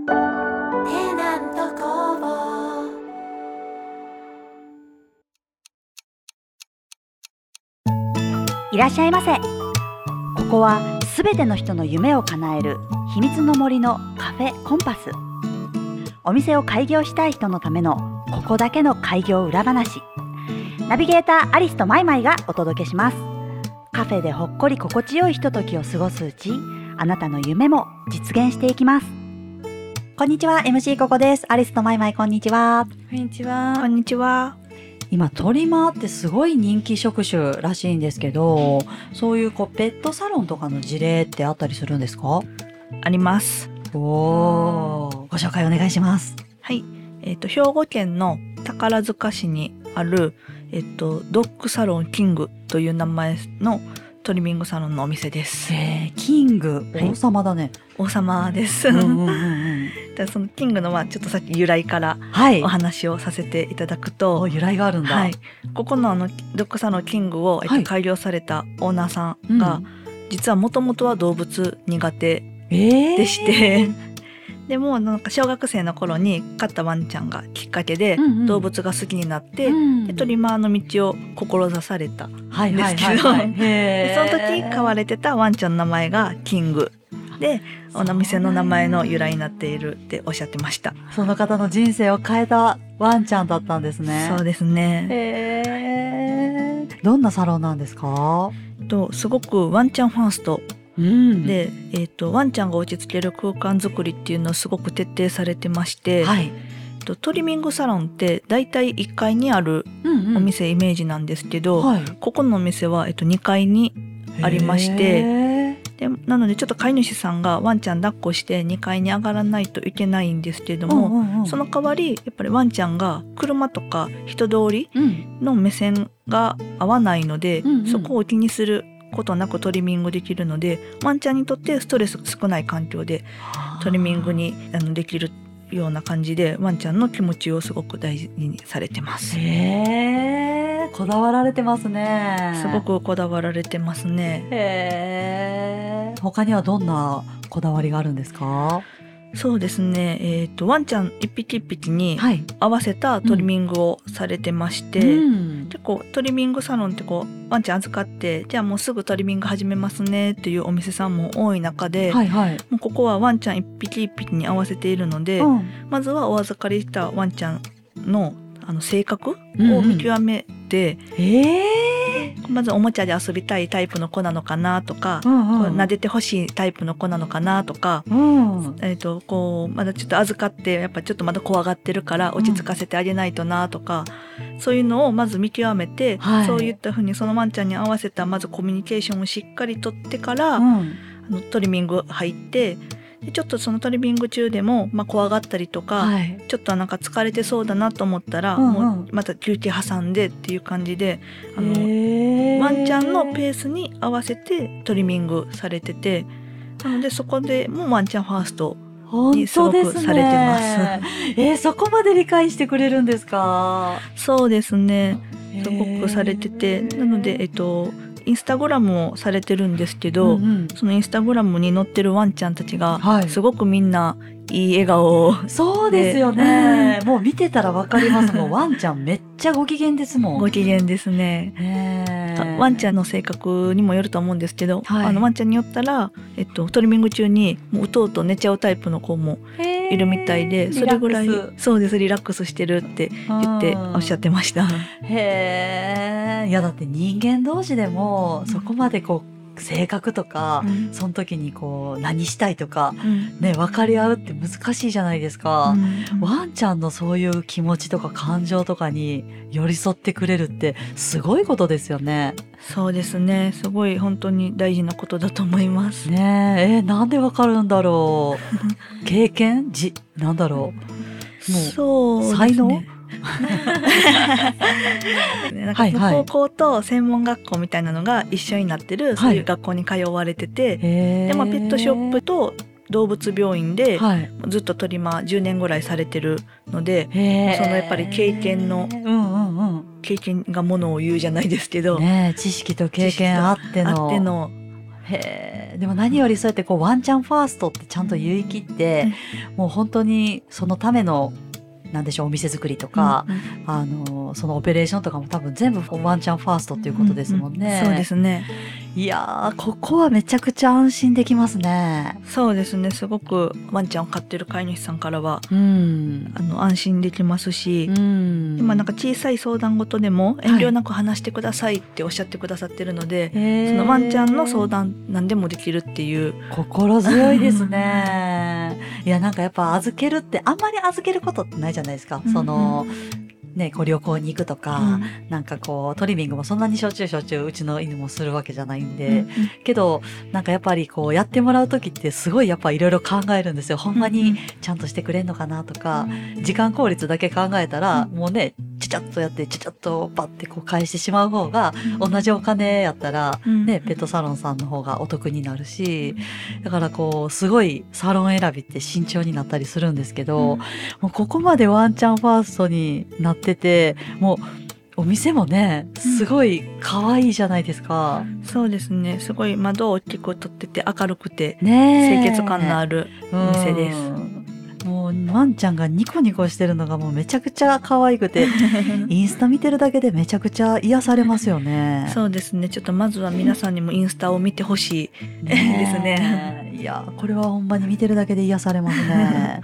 テナント工房。 いらっしゃいませ。ここはすべての人の夢を叶える秘密の森のカフェコンパス。お店を開業したい人のためのここだけの開業裏話。ナビゲーターアリスとマイマイがお届けします。カフェでほっこり心地よいひとときを過ごすうち、あなたの夢も実現していきます。こんにちは、 MC ここです。アリスとマイマイ、こんにちは。 こんにちは。 こんにちは。 今トリマーってすごい人気職種らしいんですけど、そういうペットサロンとかの事例ってあったりするんですか？ あります。 ご紹介お願いします。 はい。兵庫県の宝塚市にある、ドッグサロンキングという名前のトリミングサロンのお店です。 キング、王様だね。 王様です。だそのキングのちょっとさっき由来からお話をさせていただくと、 由来があるんだ。 はい、ここのドッグサロンキングを、開業されたオーナーさんが、実はもともとは動物苦手でして、でもなんか小学生の頃に飼ったワンちゃんがきっかけで動物が好きになって、でトリマーの道を志されたんですけど、その時飼われてたワンちゃんの名前がキングで、お店の名前の由来になっているっておっしゃってました。 その方の人生を変えたワンちゃんだったんですね。 そうですね。 どんなサロンなんですか？ すごくワンちゃんファーストで、ワンちゃんが落ち着ける空間づくりっていうのをすごく徹底されてまして、トリミングサロンってだいたい1階にあるお店イメージなんですけど、ここのお店は、2階にありまして、でなのでちょっと飼い主さんがワンちゃん抱っこして2階に上がらないといけないんですけども、その代わりやっぱりワンちゃんが車とか人通りの目線が合わないので、そこを気にすることなくトリミングできるので、ワンちゃんにとってストレス少ない環境でトリミングにできるような感じで、ワンちゃんの気持ちをすごく大事にされてます。 こだわられてますね。 すごくこだわられてますね。 他にはどんなこだわりがあるんですか？ そうですね、ワンちゃん一匹一匹に合わせたトリミングをされてまして、結構トリミングサロンってワンちゃん預かって、じゃあもうすぐトリミング始めますねっていうお店さんも多い中で、もうここはワンちゃん一匹一匹に合わせているので、まずはお預かりしたワンちゃんの性格を見極めて、まずおもちゃで遊びたいタイプの子なのかなとか、撫でてほしいタイプの子なのかなとか、まだちょっと預かってやっぱちょっとまだ怖がってるから落ち着かせてあげないとなとか、そういうのをまず見極めて、そういったふうにそのワンちゃんに合わせたまずコミュニケーションをしっかりとってから、トリミング入って、でちょっとそのトリミング中でも、怖がったりとか、ちょっとなんか疲れてそうだなと思ったら、もうまた休憩挟んでっていう感じで、ワンちゃんのペースに合わせてトリミングされてて、なのでそこでもワンちゃんファーストにすごくされてます。 そこまで理解してくれるんですか？ そうですね、すごくされてて、なのでインスタグラムをされてるんですけど、そのインスタグラムに載ってるワンちゃんたちがすごくみんないい笑顔を、 そうですよね、もう見てたらわかりますもん。ワンちゃんめっちゃご機嫌ですもん。 ご機嫌ですね。ワンちゃんの性格にもよると思うんですけど、ワンちゃんによったら、トリミング中にもううとうと寝ちゃうタイプの子もいるみたいで、それぐらいそうです、リラックスしてるって言っておっしゃってました。 いやだって人間同士でもそこまで性格とか、その時に何したいとか、分かり合うって難しいじゃないですか。ワンちゃんのそういう気持ちとか感情とかに寄り添ってくれるってすごいことですよね。 そうですね、すごい本当に大事なことだと思いますね。なんでわかるんだろう。経験なんだろう。 もう才能なんか高校と専門学校みたいなのが一緒になってる、そういう学校に通われてて、でペットショップと動物病院でずっとトリマー10年ぐらいされてるので、そのやっぱり経験がものを言うじゃないですけど、 知識と経験あってのでも何よりそうやってこうワンちゃんファーストってちゃんと言い切って、もう本当にそのためのなんでしょう、お店作りとか、そのオペレーションとかも多分全部ワンちゃんファーストっていうことですもんね。 そうですね。 いやー、ここはめちゃくちゃ安心できますね。 そうですね。すごくワンちゃんを飼ってる飼い主さんからは、安心できますし、今なんか小さい相談事でも遠慮なく話してくださいっておっしゃってくださってるので、そのワンちゃんの相談何でもできるっていう。 心強いですね。いや、なんかやっぱ預けるってあんまり預けることってないじゃないですか。そのね、こう旅行に行くとか、なんかこうトリミングもそんなにしょっちゅううちの犬もするわけじゃないんで、けどなんかやっぱりこうやってもらう時ってすごいやっぱいろいろ考えるんですよ。ほんまにちゃんとしてくれんのかなとか、時間効率だけ考えたら、もうね、ちゃっとやってちゃっとパッてこう返してしまう方が、同じお金やったらね、ペットサロンさんの方がお得になるし、だからこうすごいサロン選びって慎重になったりするんですけど、もうここまでワンちゃんファーストになってて、もうお店もねすごい可愛いじゃないですか。 そうですね。すごい窓を大きく取ってて明るくて、清潔感のあるお店です。 もうワンちゃんがニコニコしてるのがもうめちゃくちゃ可愛くてインスタ見てるだけでめちゃくちゃ癒されますよね。 そうですね。ちょっとまずは皆さんにもインスタを見てほしいですね。 いや、これはほんまに見てるだけで癒されますね。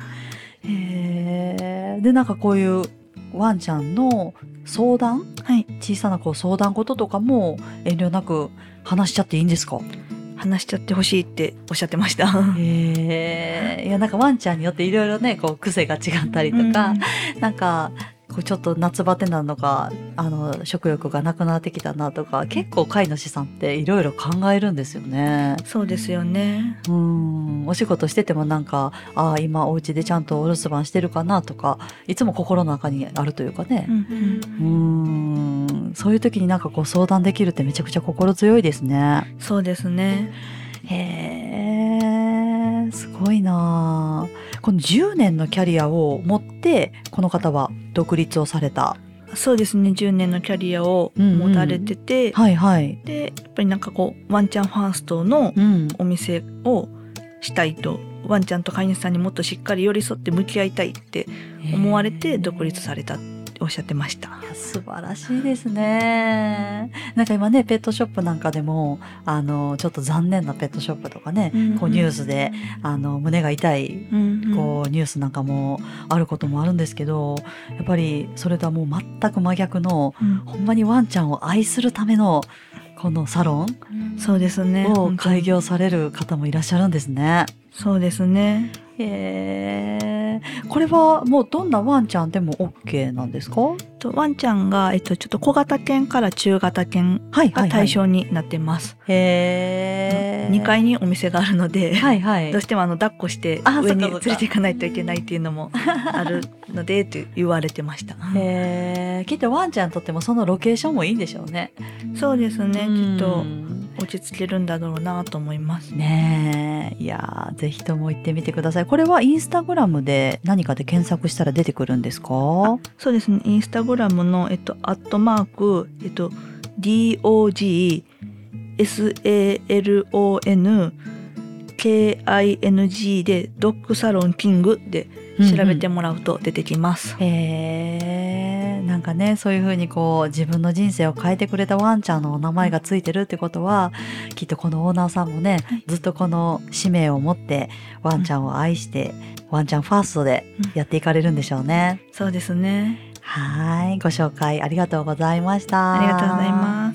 で、なんかこういうワンちゃんの相談、小さなこう相談事とかも遠慮なく話しちゃっていいんですか？ 話しちゃってほしいっておっしゃってました。 いや、なんかワンちゃんによっていろいろね、こう癖が違ったりとか、なんかこうちょっと夏バテなのか、食欲がなくなってきたなとか、結構飼い主さんっていろいろ考えるんですよね。 そうですよね。 お仕事しててもなんか、今お家でちゃんとお留守番してるかなとか、いつも心の中にあるというかね。そういう時になんかこう相談できるってめちゃくちゃ心強いですね。 そうですね。 すごいな。この10年のキャリアを持ってこの方は独立をされた。 そうですね。10年のキャリアを持たれてて、でやっぱりなんかこうワンちゃんファーストのお店をしたいと、ワンちゃんと飼い主さんにもっとしっかり寄り添って向き合いたいって思われて独立されたっておっしゃってました。 いや、素晴らしいですね。なんか今ね、ペットショップなんかでもちょっと残念なペットショップとかね、こうニュースで胸が痛いこうニュースなんかもあることもあるんですけど、やっぱりそれとはもう全く真逆の、ほんまにワンちゃんを愛するためのこのサロン、 そうですね、 を開業される方もいらっしゃるんですね。 そうですね。 これはもうどんなワンちゃんでも OK なんですか？ ワンちゃんが、ちょっと小型犬から中型犬が対象になってます。2階にお店があるので、どうしても抱っこして上に連れていかないといけないっていうのもあるのでって言われてました。 きっとワンちゃんにとってもそのロケーションもいいんでしょうね。 そうですね。きっと落ち着けるんだろうなと思いますね。いや、ぜひとも行ってみてください。これはインスタグラムで何かで検索したら出てくるんですか？ そうですね。インスタグラムのDOGSALONKING でドッグサロンキングで調べてもらうと出てきます。 なんかね、そういう風にこう自分の人生を変えてくれたワンちゃんのお名前がついてるってことは、きっとこのオーナーさんもね、ずっとこの使命を持ってワンちゃんを愛して、ワンちゃんファーストでやっていかれるんでしょうね。 そうですね。 はい、ご紹介ありがとうございました。 ありがとうございます。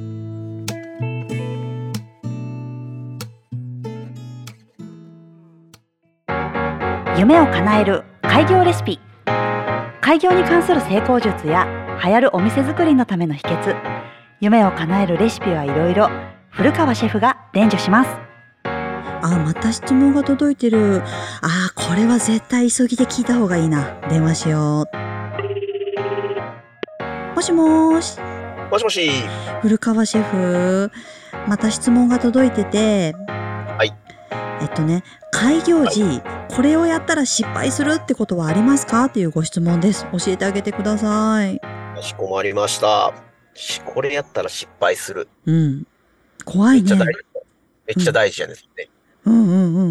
夢を叶える開業レシピ。開業に関する成功術や流行るお店作りのための秘訣、夢を叶えるレシピはいろいろ、古川シェフが伝授します。また質問が届いてる。これは絶対急ぎで聞いた方がいいな。電話しよう。もしもーし。 もしもし。 古川シェフ、また質問が届いてて。 はい。 開業時、これをやったら失敗するってことはありますかっていうご質問です。教えてあげてください。 かしこまりました。これやったら失敗する。 怖いね。 めっちゃ大事やねんね。 うんうんうん。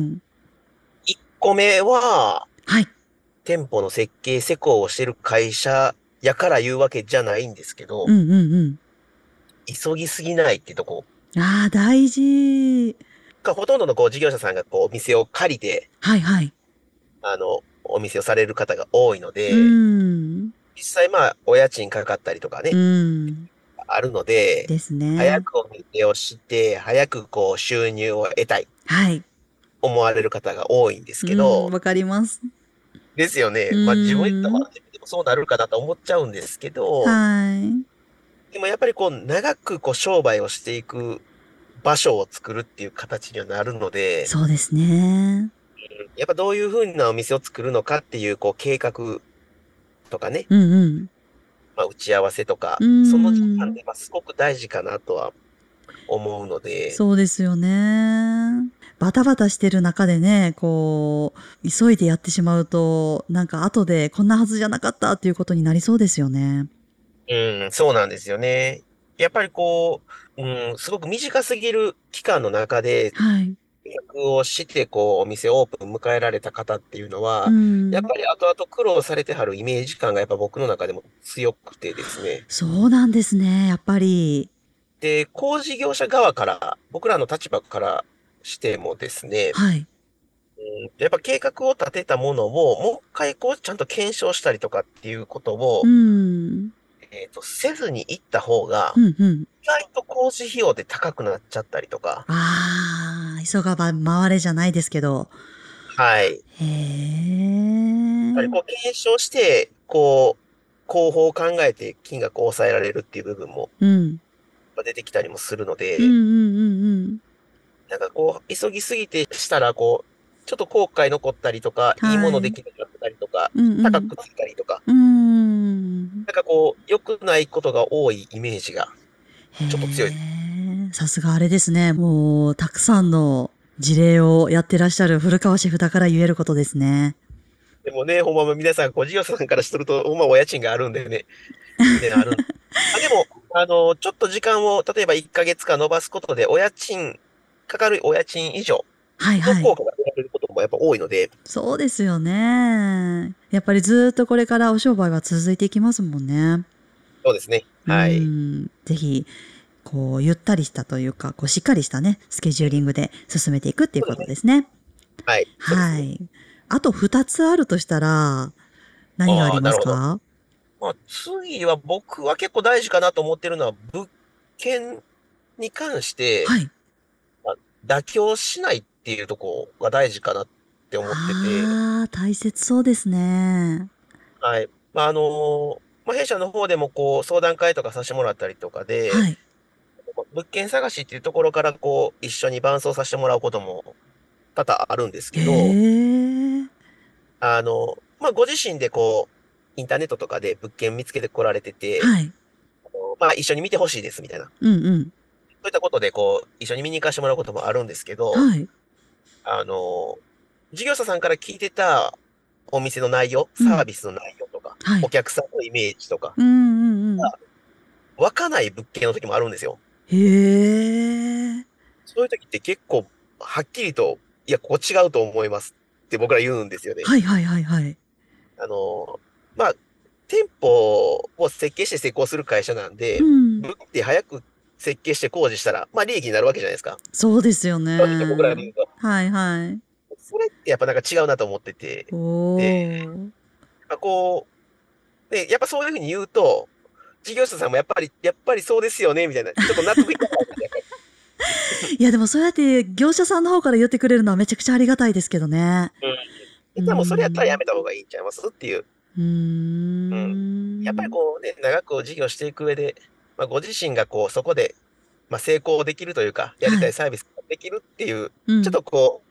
1個目は、 はい。 店舗の設計施工をしてる会社やから言うわけじゃないんですけど、 うんうんうん。 急ぎすぎないってとこああ、大事。 が、ほとんどの事業者さんがお店を借りて、 はいはい。 お店をされる方が多いのうで、 ん。 実際お家賃かかったりとかうね、 ん。 あるので、 ですね。 早くお店をして、早く収入を得たい、 はい。 思われる方が多いんですうん、 けど、 わかります。 ですようね。自分で言ったらん。 自分でもそうなるかなと思っちゃうんですけど、 はい。 でもやっぱり長く商売をしていく場所を作るっていう形にはなるので、 そうですね。 やっぱどういうふうなお店を作るのかっていう、計画とかね、 うんうん。 打ち合わせとか、 うその時間ん。 で、すごく大事かなとは思うので、 そうですよね。バタバタしてる中でね、急いでやってしまうと、なんか後でこんなはずじゃなかったっていうことになりそうですよね。 うん、そうなんですよね。やっぱりすごく短すぎる期間の中で、 はい。 予約をして、お店オープン迎えられた方っていうのうは、やっん。 ぱり後々苦労されてはるイメージ感がやっぱ僕の中でも強くてですね。 そうなんですね、やっぱり。 で、工事業者側から、僕らの立場からしてもですね、 はい。 やっぱ計画を立てたものを、もう一回ちゃんと検証したりとかっていうことうを、 ん。 せずに行った方が、 うんうん。 意外と工事費用で高くなっちゃったりとか、 ああ、急がば回れじゃないですけど。 はい。 へえ。 やっぱり検証して、広報を考えて金額を抑えられるっていう部分もうん。 出てきたりもするのうんうんで、 うんうん。 なんか急ぎすぎてしたら、ちょっと後悔残ったりとか、いいもはい。 のできなかったりとか、 うんうん。 高くついたりとか、 うーん。 なんか良くないことが多いイメージがへちょっと強い。 え。さすがあれですね。もう、たくさんの事例をやってらっしゃる古川シェフだから言えることですね。 でもね、ほんま皆さん、事業者さんからすると、ほんまお家賃があるんでね、であるん。でも、ちょっと時間を、例えば1ヶ月か延ばすことで、かかるお家賃以上のはいはい。 効果が得られることもやっぱ多いので、 そうですよね。やっぱりずっとこれからお商売は続いていきますもんね。 そうですね。 うはい。 ん。ぜひ、ゆったりしたというか、しっかりしたね、スケジューリングで進めていくっていうこそうですね。 とですね。 はい。そうですね。 はい。あと2つあるとしたら、何があああ、 りまなるほど。 すか？ 次は僕は結構大事かなと思ってるのは、物件に関して、 はい。 まあ妥協しないっていうところが大事かなって思ってて、 ああ、大切そうですね。 はい。弊社の方でも相談会とかさせてもらったりとかで、 はい。 物件探しっていうところから一緒に伴走させてもらうことも多々あるんですへけど、 え。 ご自身でインターネットとかで物件見つけてこられてて、 はい。 一緒に見てほしいですみたいな。 うんうん。 そういったことで一緒に見に行かせてもらうこともあるんですけど、 はい。 あの、事業者さんから聞いてたお店の内容、 うん。 サービスの内容とか、 はい。 お客さんのイメージとか、 うんうんうん。 湧かない物件の時もあるんですよ。 へえ。 そういう時って結構、はっきりと、いや、ここ違うと思いますって僕ら言うんですよね。 はいはいはいはい。 あの、まあ、店舗を設計して施工する会社なんで、 うん。 物件って早く設計して工事したら、利益になるわけじゃないですか。 そうですよ僕らで言ね。 うと。 はいはい。 それってやっぱなんか違うなと思ってて、 おで、 お。 まあやっぱそういうふうに言うと、事業者さんもやっぱりそうですよね、みたいな、ちょっと納得いかないですね、やっぱり。 いやでもそうやって業者さんの方から言ってくれるのはめちゃくちゃありがたいですけどね。 うん。 うーでもそれやったらやん。 めた方がいいんちゃいますっていう。 うーうん。やっぱりん。 長く事業していく上で、ご自身がそこで、成功できるというか、やりはい。 たいサービスができるっていう、ちょっうん。 と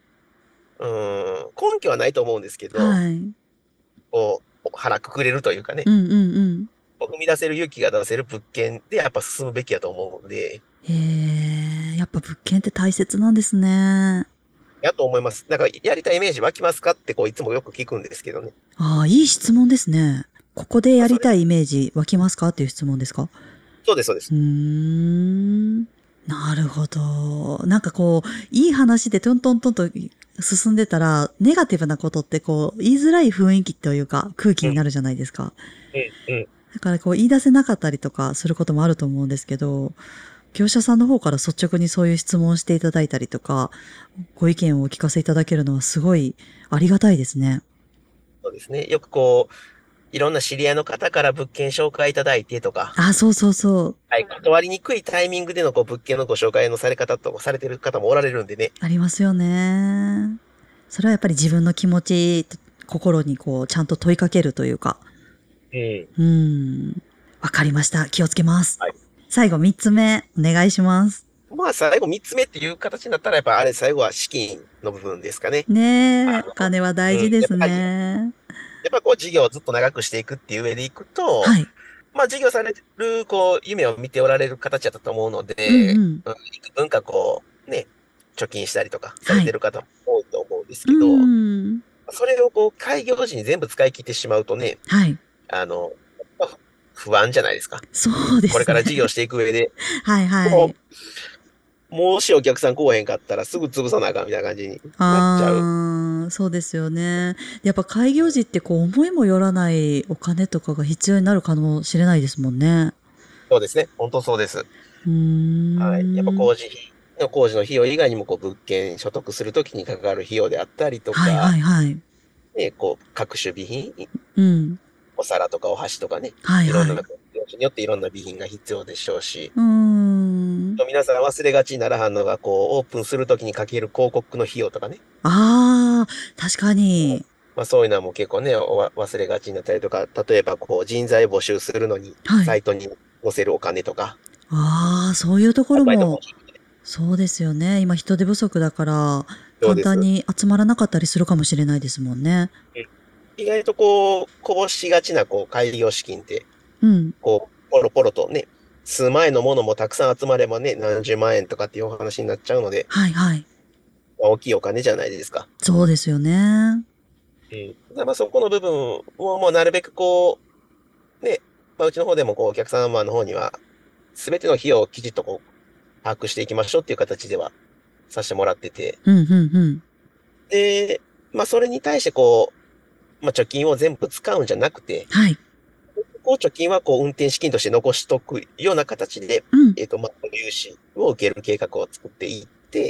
根拠はないと思うんですけど、 はい。 腹くくれるというかね、 うんうんうん。 踏み出せる勇気が出せる物件でやっぱ進むべきやと思うんで、 へえ、やっぱ物件って大切なんですね。 やと思います。なんか、やりたいイメージ湧きますかっていつもよく聞くんですけどね。 ああ、いい質問ですね。ここでやそれ、 りたいイメージ湧きますかっていう質問ですか？ そうです、そうでうーす。 ん。 なるほど。なんかこう、いい話でトントントンと進んでたら、ネガティブなことってこう、言いづらい雰囲気というか、空気になるじゃないですか。だからこう、言い出せなかったりとかすることもあると思うんですけど、業者さんの方から率直にそういう質問をしていただいたりとか、ご意見をお聞かせいただけるのはすごいありがたいですね。 そうですね。よくこう、いろんな知り合いの方から物件紹介いただいてとか。 そうそうそう。 はい。断りにくいタイミングでの物件のご紹介のされ方とかされてる方もおられるんでね。 ありますよね。それはやっぱり自分の気持ち、心にこう、ちゃんと問いかけるというか。わかりました。気をつけます。はい。最後3つ目、お願いします。 まあ最後3つ目っていう形になったらやっぱ最後は資金の部分ですかね。 ねえ、お金は大事ですね。 やっぱこう事業をずっと長くしていくっていう上でいくと、はい。まあ事業されるこう夢を見ておられる形だったと思うので、幾分かこうね、貯金したりとかされてる方も多いと思うんですけど、それをこう開業時に全部使い切ってしまうとね、はい。不安じゃないですか。 そうですね。 これから事業していく上で。 はいはい。 もしお客さん来おへんかったらすぐ潰さなあかんみたいな感じになっちゃう。 そうですよね。やっぱ開業時ってこう思いもよらないお金とかが必要になるかもしれないですもんね。 そうですね。本当そうです。はい。やっぱ工事の費用以外にもこう物件所得するときにかかる費用であったりとか、はいはいはい。ね、こう各種備品、お皿とかお箸とかね、はいはい、いろんな業種によっていろんな備品が必要でしょうし、皆さん忘れがちにならはんのが、こう、オープンするときにかける広告の費用とかね。 確かに。 まあそういうのはもう結構ね、忘れがちになったりとか、例えばこう、人材募集するのに、サイトに載せるお金とか。 そういうところも、そうですよね。今人手不足だから、簡単に集まらなかったりするかもしれないですもんね。 意外とこう、こぼしがちなこう、開業資金って、こう、ポロポロとね、数万円のものもたくさん集まればね、何十万円とかっていうお話になっちゃうので、はいはい。大きいお金じゃないですか。 そうですよね。 まあそこの部分をもうなるべくこう、ね、まあうちの方でもこうお客様の方には、すべての費用をきちっとこう、把握していきましょうっていう形ではさせてもらってて。で、まあそれに対してこう、まあ貯金を全部使うんじゃなくて、はい。こう貯金はこう運転資金として残しとくような形で、まあ、融資を受ける計画を作っていって、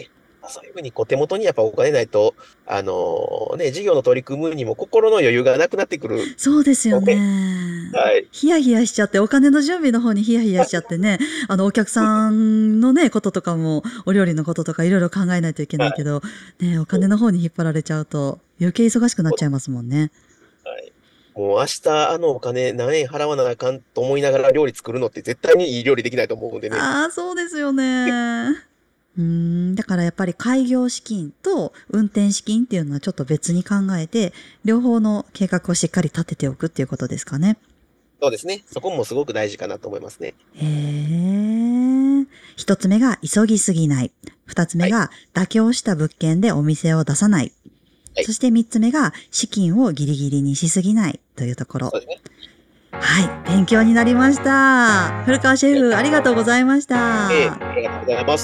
そういうふうにこう手元にやっぱお金ないと、ね、事業の取り組むにも心の余裕がなくなってくる。 そうですよね。はい。ヒヤヒヤしちゃって、お金の準備の方にヒヤヒヤしちゃってね、お客さんのね、こととかも、お料理のこととかいろいろ考えないといけないけど、ね、お金の方に引っ張られちゃうと、余計忙しくなっちゃいますもんね。 はい。もう明日お金何円払わなあかんと思いながら料理作るのって絶対にいい料理できないと思うんでね。 そうですよね。だからやっぱり開業資金と運転資金っていうのはちょっと別に考えて、両方の計画をしっかり立てておくっていうことですかね。 そうですね。そこもすごく大事かなと思いますね。 一つ目が急ぎすぎない。二つ目が妥協した物件でお店を出さない。はい、そして三つ目が資金をギリギリにしすぎないというところ。そうですね。はい、勉強になりました。古川シェフ、ありがとうございました。 ありがとうございます。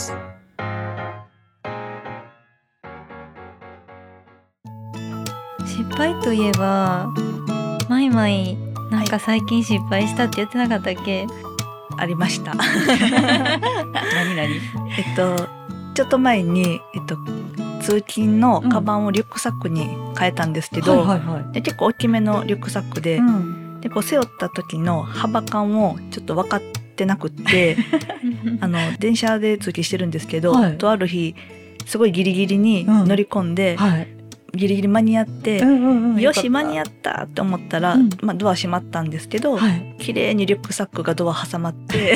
失敗といえば、マイマイなんか最近失敗したって言ってなかったっけ？ ありました。 何？ ちょっと前に通勤のカバンをリュックサックに変えたんですけど、で結構大きめのリュックサックで、でこう背負った時の幅感をちょっと分かってなくって電車で通勤してるんですけど、とある日すごいギリギリに乗り込んで、ギリギリ間に合って、よし間に合ったって思ったら、まあ、ドア閉まったんですけど、綺麗にリュックサックがドア挟まって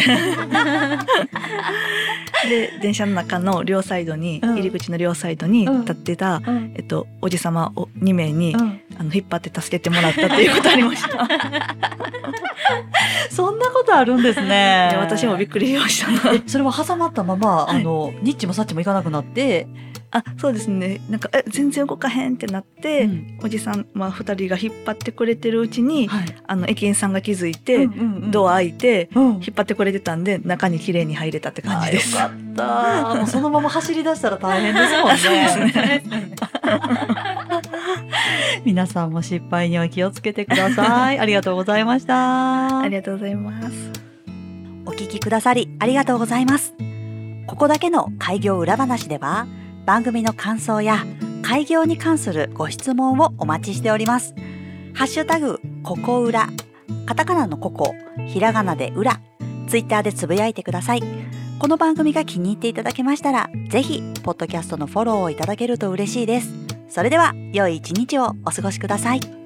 で電車の中の両サイドに、入り口の両サイドに立ってた、おじさま2名に、引っ張って助けてもらったっていうことありましたそんなことあるんですね。 私もびっくりしました。 それは挟まったまま、ニッチもサッチもいかなくなってそうですね。なんか全然動かへんってなって、おじさん、2人が引っ張ってくれてるうちに、駅員さんが気づいて、ドア開いて、引っ張ってくれてたんで、中に綺麗に入れたって感じです。 よかった。もうそのまま走り出したら大変ですもんね。そうですね。皆さんも失敗には気をつけてください。ありがとうございました。 ありがとうございます。 お聞きくださりありがとうございます。ここだけの開業裏話では、番組の感想や開業に関するご質問をお待ちしております。ハッシュタグここ裏、カタカナのココ、ひらがなで裏、ツイッターでつぶやいてください。この番組が気に入っていただけましたら、ぜひポッドキャストのフォローをいただけると嬉しいです。それでは良い一日をお過ごしください。